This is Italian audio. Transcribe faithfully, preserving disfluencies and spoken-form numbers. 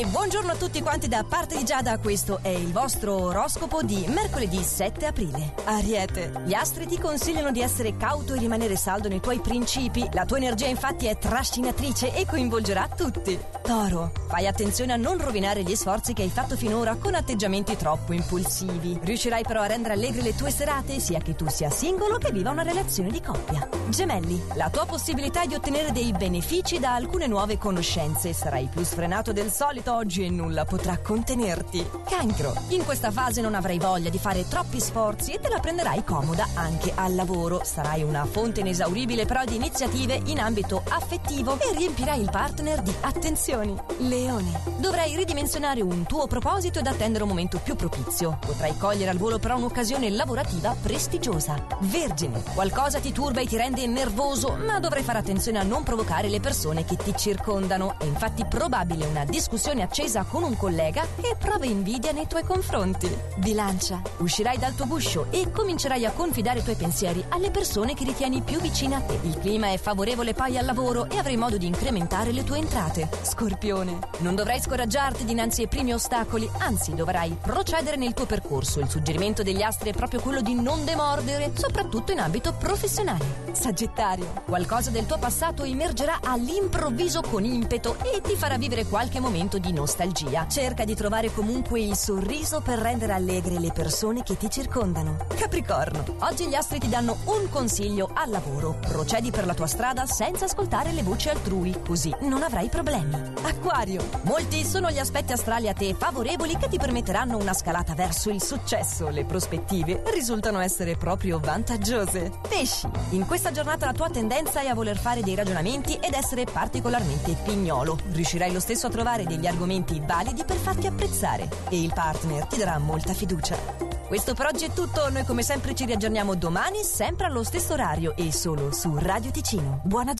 E buongiorno a tutti quanti da parte di Giada, questo è il vostro oroscopo di mercoledì sette aprile. Ariete, gli astri ti consigliano di essere cauto e rimanere saldo nei tuoi principi, la tua energia infatti è trascinatrice e coinvolgerà tutti. Toro, fai attenzione a non rovinare gli sforzi che hai fatto finora con atteggiamenti troppo impulsivi. Riuscirai però a rendere allegre le tue serate, sia che tu sia singolo che viva una relazione di coppia. Gemelli, la tua possibilità è di ottenere dei benefici da alcune nuove conoscenze, sarai più sfrenato del solito oggi e nulla potrà contenerti. Cancro, in questa fase non avrai voglia di fare troppi sforzi e te la prenderai comoda anche al lavoro. Sarai una fonte inesauribile però di iniziative in ambito affettivo e riempirai il partner di attenzioni. Leone, dovrai ridimensionare un tuo proposito ed attendere un momento più propizio. Potrai cogliere al volo però un'occasione lavorativa prestigiosa. Vergine, qualcosa ti turba e ti rende nervoso, ma dovrai fare attenzione a non provocare le persone che ti circondano. È infatti probabile una discussione accesa con un collega che prova invidia nei tuoi confronti. Bilancia, uscirai dal tuo guscio e comincerai a confidare i tuoi pensieri alle persone che ritieni più vicine a te. Il clima è favorevole poi al lavoro e avrai modo di incrementare le tue entrate. Scorpione, non dovrai scoraggiarti dinanzi ai primi ostacoli, anzi dovrai procedere nel tuo percorso. Il suggerimento degli astri è proprio quello di non demordere, soprattutto in ambito professionale. Sagittario, qualcosa del tuo passato emergerà all'improvviso con impeto e ti farà vivere qualche momento di nostalgia. Cerca di trovare comunque il sorriso per rendere allegre le persone che ti circondano. Capricorno, oggi gli astri ti danno un consiglio al lavoro. Procedi per la tua strada senza ascoltare le voci altrui, così non avrai problemi. Acquario, molti sono gli aspetti astrali a te favorevoli che ti permetteranno una scalata verso il successo. Le prospettive risultano essere proprio vantaggiose. Pesci, in questa giornata la tua tendenza è a voler fare dei ragionamenti ed essere particolarmente pignolo. Riuscirai lo stesso a trovare degli argomenti validi per farti apprezzare e il partner ti darà molta fiducia. Questo per oggi è tutto, noi come sempre ci riaggiorniamo domani sempre allo stesso orario e solo su Radio Ticino. Buona giornata.